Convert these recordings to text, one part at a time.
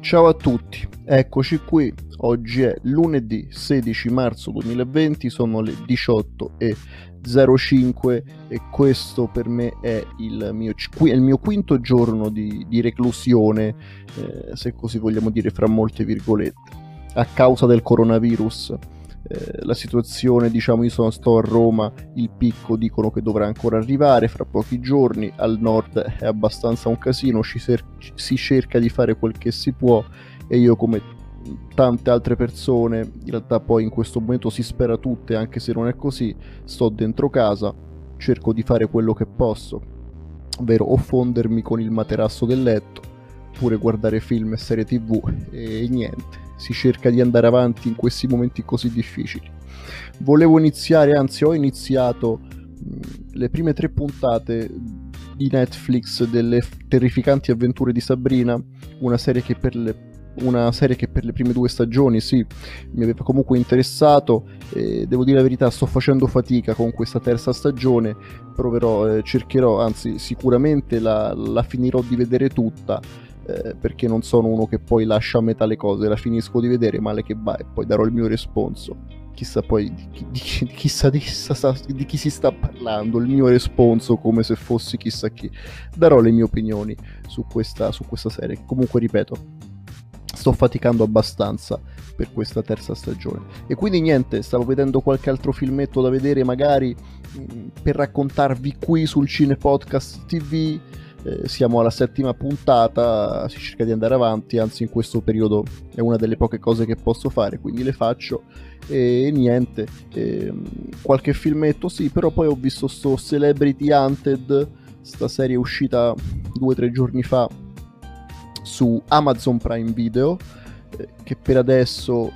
Ciao a tutti, eccoci qui. Oggi è lunedì 16 marzo 2020, sono le 18:05 e questo per me è il mio quinto giorno di reclusione, se così vogliamo dire, fra molte virgolette, a causa del coronavirus. La situazione, diciamo, sto a Roma, il picco dicono che dovrà ancora arrivare fra pochi giorni, al nord è abbastanza un casino, si cerca di fare quel che si può e io, come tante altre persone, in realtà poi in questo momento si spera tutte, anche se non è così, sto dentro casa, cerco di fare quello che posso, ovvero o fondermi con il materasso del letto, oppure guardare film e serie TV e niente. Si cerca di andare avanti in questi momenti così difficili. Ho iniziato le prime 3 puntate di Netflix delle terrificanti avventure di Sabrina, una serie che per le prime 2 stagioni mi aveva comunque interessato, e devo dire la verità, sto facendo fatica con questa terza stagione, cercherò, anzi sicuramente la finirò di vedere tutta, perché non sono uno che poi lascia a metà le cose, la finisco di vedere, male che va, e poi darò il mio responso. Chissà poi di chi si sta parlando, il mio responso, come se fossi chissà chi. Darò le mie opinioni su questa serie, che comunque, ripeto, sto faticando abbastanza per questa terza stagione. E quindi niente, stavo vedendo qualche altro filmetto da vedere magari per raccontarvi qui sul Cine Podcast TV. Siamo alla 7ª puntata, si cerca di andare avanti, anzi in questo periodo è una delle poche cose che posso fare, quindi le faccio. E niente, qualche filmetto però poi ho visto sto Celebrity Hunted, sta serie uscita 2-3 giorni fa su Amazon Prime Video, che per adesso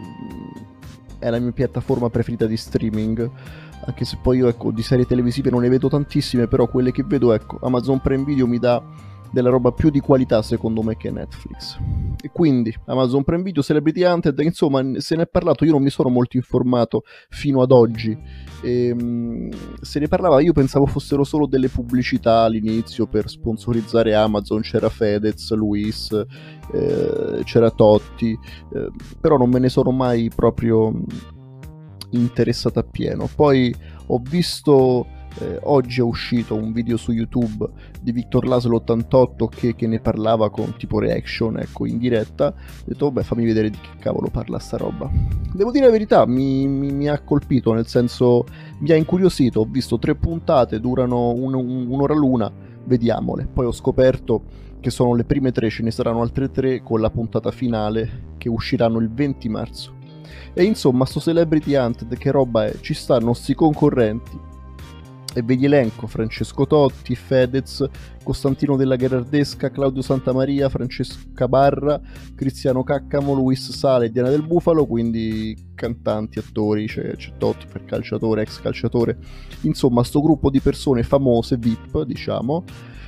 è la mia piattaforma preferita di streaming, anche se poi io, di serie televisive non ne vedo tantissime, però quelle che vedo, Amazon Prime Video mi dà della roba più di qualità secondo me che Netflix. E quindi Amazon Prime Video, Celebrity Hunted, insomma se ne è parlato, io non mi sono molto informato fino ad oggi, se ne parlava, io pensavo fossero solo delle pubblicità all'inizio per sponsorizzare Amazon, c'era Fedez, Luis, c'era Totti, però non me ne sono mai proprio interessato appieno. Poi ho visto, oggi è uscito un video su YouTube di Victor Laszlo 88 che ne parlava con tipo reaction, in diretta. Ho detto, vabbè, fammi vedere di che cavolo parla sta roba. Devo dire la verità, mi ha colpito, nel senso mi ha incuriosito. Ho visto 3 puntate, durano un'ora l'una, vediamole. Poi ho scoperto che sono le prime 3, ce ne saranno altre 3 con la puntata finale che usciranno il 20 marzo. E insomma, sto Celebrity Hunted, che roba è? Ci stanno sti concorrenti e ve li elenco: Francesco Totti, Fedez, Costantino della Gherardesca, Claudio Santamaria, Francesca Barra, Cristiano Caccamo, Luis Sale e Diana del Bufalo, quindi cantanti, attori, c'è Totti per calciatore, ex calciatore, insomma sto gruppo di persone famose, VIP diciamo,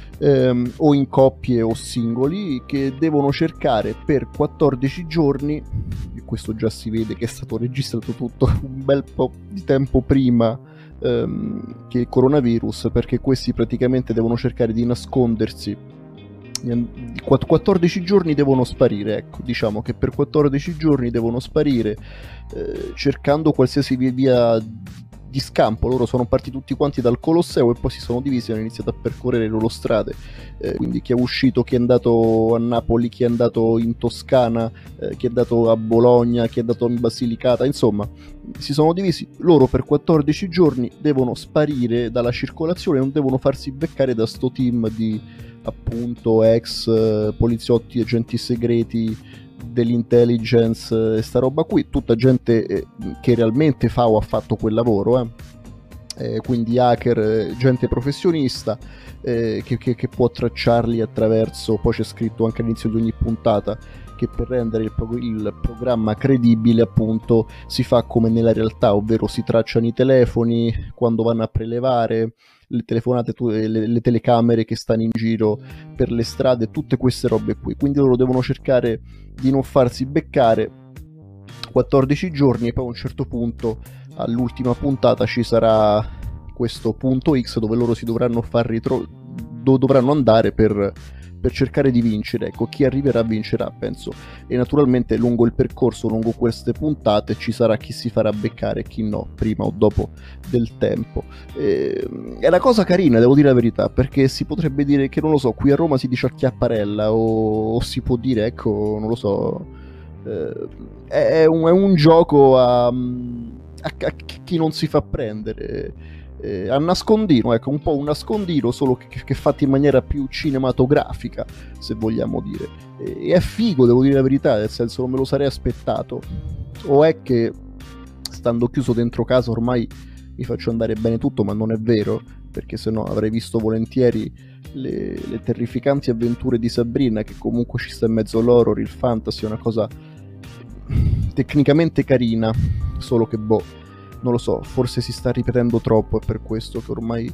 o in coppie o singoli, che devono cercare per 14 giorni, e questo già si vede che è stato registrato tutto un bel po' di tempo prima che il coronavirus, perché questi praticamente devono cercare di nascondersi. 14 giorni devono sparire, diciamo che per 14 giorni devono sparire, cercando qualsiasi via di scampo. Loro sono partiti tutti quanti dal Colosseo e poi si sono divisi e hanno iniziato a percorrere le loro strade, quindi chi è uscito, chi è andato a Napoli, chi è andato in Toscana, chi è andato a Bologna, chi è andato in Basilicata, insomma si sono divisi. Loro per 14 giorni devono sparire dalla circolazione, non devono farsi beccare da sto team di appunto ex poliziotti, agenti segreti dell'intelligence e sta roba qui, tutta gente che realmente fa o ha fatto quel lavoro, quindi hacker, gente professionista, che può tracciarli attraverso, poi c'è scritto anche all'inizio di ogni puntata che per rendere il programma credibile appunto si fa come nella realtà, ovvero si tracciano i telefoni quando vanno a prelevare, le telefonate, le telecamere che stanno in giro per le strade, tutte queste robe qui. Quindi loro devono cercare di non farsi beccare 14 giorni, e poi a un certo punto, all'ultima puntata, ci sarà questo punto X dove loro si dovranno dovranno andare per per cercare di vincere, ecco, chi arriverà vincerà, penso, e naturalmente lungo il percorso, lungo queste puntate ci sarà chi si farà beccare e chi no, prima o dopo del tempo. È una cosa carina, devo dire la verità, perché si potrebbe dire che, non lo so, qui a Roma si dice acchiapparella, o si può dire, ecco, non lo so, è un gioco a chi non si fa prendere, a nascondino, ecco, un po' un nascondino, solo che fatto in maniera più cinematografica, se vogliamo dire, e è figo, devo dire la verità, nel senso non me lo sarei aspettato, o è che stando chiuso dentro casa ormai mi faccio andare bene tutto, ma non è vero, perché sennò avrei visto volentieri le terrificanti avventure di Sabrina, che comunque ci sta in mezzo l'horror, il fantasy, è una cosa tecnicamente carina, solo che non lo so, forse si sta ripetendo troppo, è per questo che ormai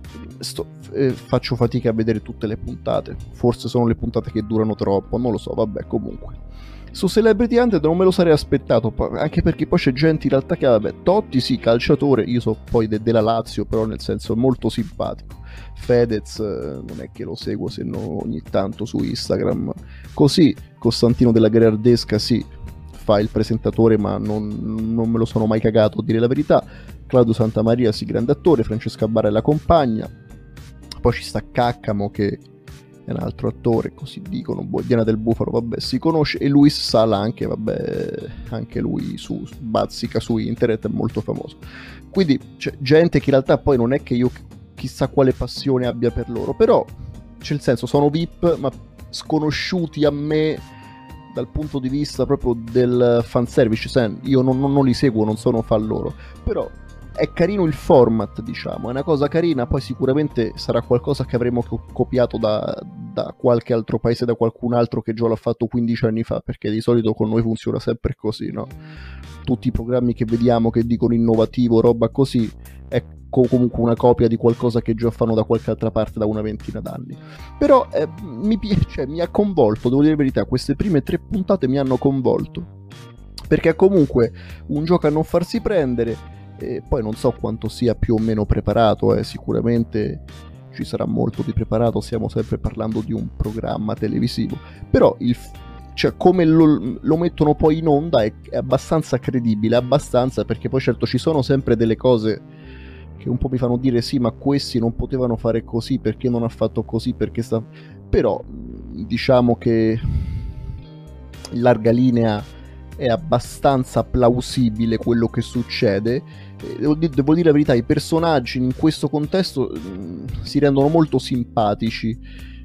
faccio fatica a vedere tutte le puntate, forse sono le puntate che durano troppo, non lo so, vabbè, comunque. Su Celebrity Hunter non me lo sarei aspettato, anche perché poi c'è gente in realtà che, vabbè, Totti sì, calciatore, io so poi della Lazio, però nel senso molto simpatico. Fedez non è che lo seguo se no ogni tanto su Instagram, così Costantino della Gherardesca sì, fa il presentatore, ma non me lo sono mai cagato, a dire la verità. Claudio Santamaria sì, grande attore, Francesca Barra è la compagna, poi ci sta Caccamo che è un altro attore, così dicono, Diana del Bufalo, vabbè, si conosce, e Luis Sala anche, vabbè, anche lui bazzica su internet, è molto famoso. Quindi c'è gente che in realtà poi non è che io chissà quale passione abbia per loro, però c'è il senso, sono VIP, ma sconosciuti a me dal punto di vista proprio del fanservice, io non li seguo, non sono fan loro, però è carino il format, diciamo, è una cosa carina, poi sicuramente sarà qualcosa che avremo copiato da qualche altro paese, da qualcun altro che già l'ha fatto 15 anni fa, perché di solito con noi funziona sempre così, no? Tutti i programmi che vediamo che dicono innovativo, roba così, è comunque una copia di qualcosa che già fanno da qualche altra parte da una ventina d'anni. Però mi ha convolto, devo dire la verità, queste prime 3 puntate mi hanno convolto, perché è comunque un gioco a non farsi prendere. E poi non so quanto sia più o meno preparato, sicuramente ci sarà molto di preparato, stiamo sempre parlando di un programma televisivo, però cioè, come lo mettono poi in onda è abbastanza credibile, abbastanza, perché poi certo ci sono sempre delle cose che un po' mi fanno dire sì, ma questi non potevano fare così, perché non ha fatto così, perché però diciamo che in larga linea è abbastanza plausibile quello che succede. Devo dire la verità, i personaggi in questo contesto si rendono molto simpatici,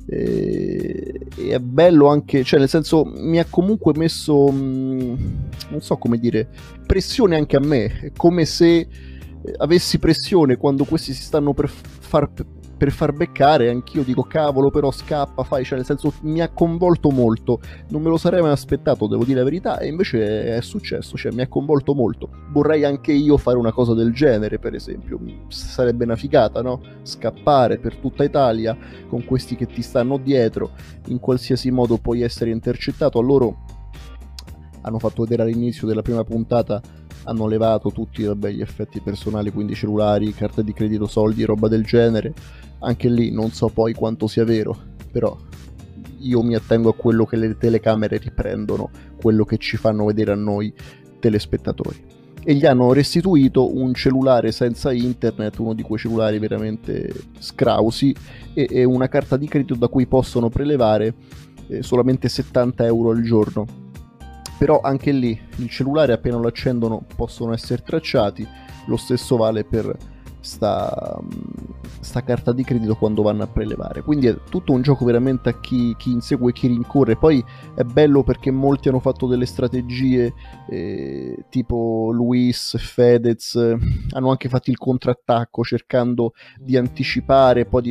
e è bello anche, cioè nel senso mi ha comunque messo non so come dire, pressione anche a me, è come se avessi pressione quando questi si stanno per far beccare, anch'io dico cavolo, però scappa, fai, cioè nel senso mi ha convolto molto, non me lo sarei mai aspettato, devo dire la verità, e invece è successo, cioè mi ha convolto molto. Vorrei anche io fare una cosa del genere, per esempio, sarebbe una figata, no? Scappare per tutta Italia con questi che ti stanno dietro, in qualsiasi modo puoi essere intercettato. A loro hanno fatto vedere all'inizio della prima puntata, hanno levato tutti gli effetti personali, quindi cellulari, carte di credito, soldi, roba del genere. Anche lì non so poi quanto sia vero, però io mi attengo a quello che le telecamere riprendono, quello che ci fanno vedere a noi telespettatori. E gli hanno restituito un cellulare senza internet, uno di quei cellulari veramente scrausi, e una carta di credito da cui possono prelevare solamente 70 euro al giorno. Però anche lì il cellulare appena lo accendono possono essere tracciati, lo stesso vale per sta carta di credito quando vanno a prelevare. Quindi è tutto un gioco veramente a chi insegue e chi rincorre. Poi è bello perché molti hanno fatto delle strategie, tipo Luis, Fedez, hanno anche fatto il contrattacco cercando di anticipare, poi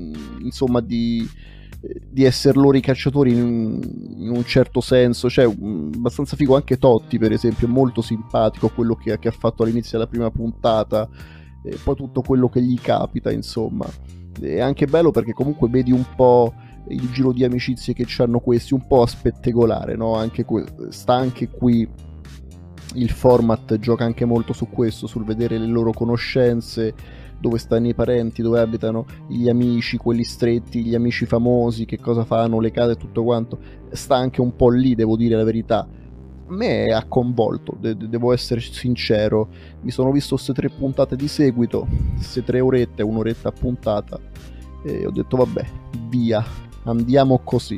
di essere loro i cacciatori in un certo senso, cioè abbastanza figo. Anche Totti per esempio, molto simpatico quello che ha fatto all'inizio della prima puntata, e poi tutto quello che gli capita, insomma è anche bello perché comunque vedi un po' il giro di amicizie che hanno questi, un po' a spettegolare, no? Sta anche qui il format, gioca anche molto su questo, sul vedere le loro conoscenze, dove stanno i parenti, dove abitano gli amici, quelli stretti, gli amici famosi, che cosa fanno, le case e tutto quanto. Sta anche un po' lì, devo dire la verità. A me ha convolto, devo essere sincero. Mi sono visto queste 3 puntate di seguito, queste 3 orette, un'oretta a puntata, e ho detto vabbè, via, andiamo così.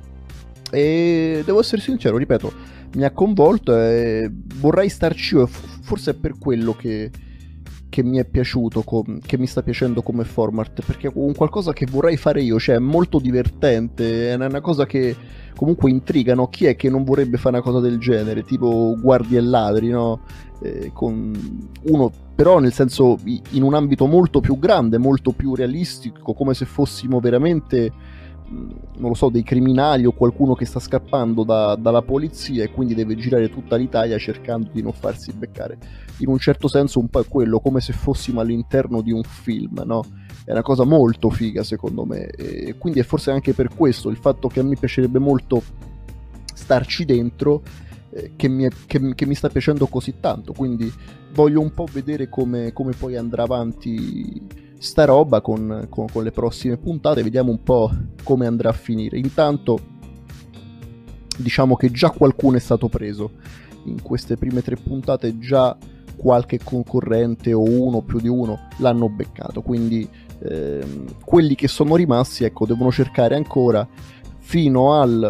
E devo essere sincero, ripeto, mi ha convolto e vorrei starci io, forse è per quello che mi è piaciuto, che mi sta piacendo come format, perché è un qualcosa che vorrei fare io, cioè è molto divertente, è una cosa che comunque intriga, no? Chi è che non vorrebbe fare una cosa del genere, tipo Guardie e Ladri, no? Con uno, però nel senso in un ambito molto più grande, molto più realistico, come se fossimo veramente, non lo so, dei criminali o qualcuno che sta scappando dalla polizia e quindi deve girare tutta l'Italia cercando di non farsi beccare. In un certo senso un po' è quello, come se fossimo all'interno di un film, no? È una cosa molto figa secondo me, e quindi è forse anche per questo, il fatto che a me piacerebbe molto starci dentro, che mi sta piacendo così tanto, quindi voglio un po' vedere come poi andrà avanti sta roba con le prossime puntate, vediamo un po' come andrà a finire. Intanto diciamo che già qualcuno è stato preso in queste prime 3 puntate, già qualche concorrente o uno più di uno l'hanno beccato, quindi quelli che sono rimasti, ecco, devono cercare ancora fino al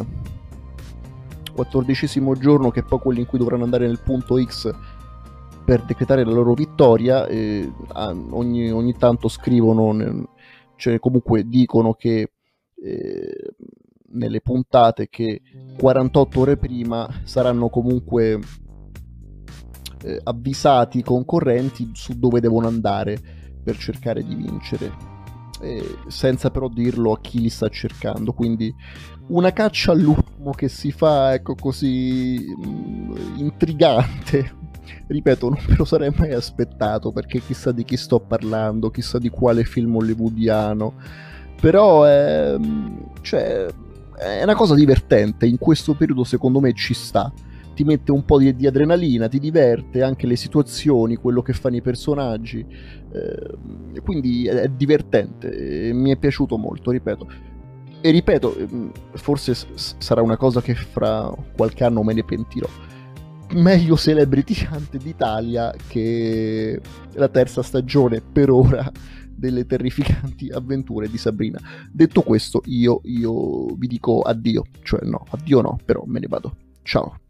14° giorno, che è poi quello in cui dovranno andare nel punto X per decretare la loro vittoria. Ogni tanto scrivono, cioè comunque dicono che nelle puntate che 48 ore prima saranno comunque avvisati i concorrenti su dove devono andare per cercare di vincere, senza però dirlo a chi li sta cercando, quindi una caccia all'uomo che si fa, ecco, così intrigante. Ripeto, non me lo sarei mai aspettato, perché chissà di chi sto parlando, chissà di quale film hollywoodiano, però cioè, è una cosa divertente, in questo periodo secondo me ci sta, ti mette un po' di adrenalina, ti diverte, anche le situazioni, quello che fanno i personaggi, quindi è divertente, mi è piaciuto molto, ripeto. E ripeto, forse sarà una cosa che fra qualche anno me ne pentirò. Meglio Celebrity Hunt d'Italia che la 3ª stagione per ora delle terrificanti avventure di Sabrina. Detto questo, io vi dico addio, cioè no, addio no, però me ne vado. Ciao.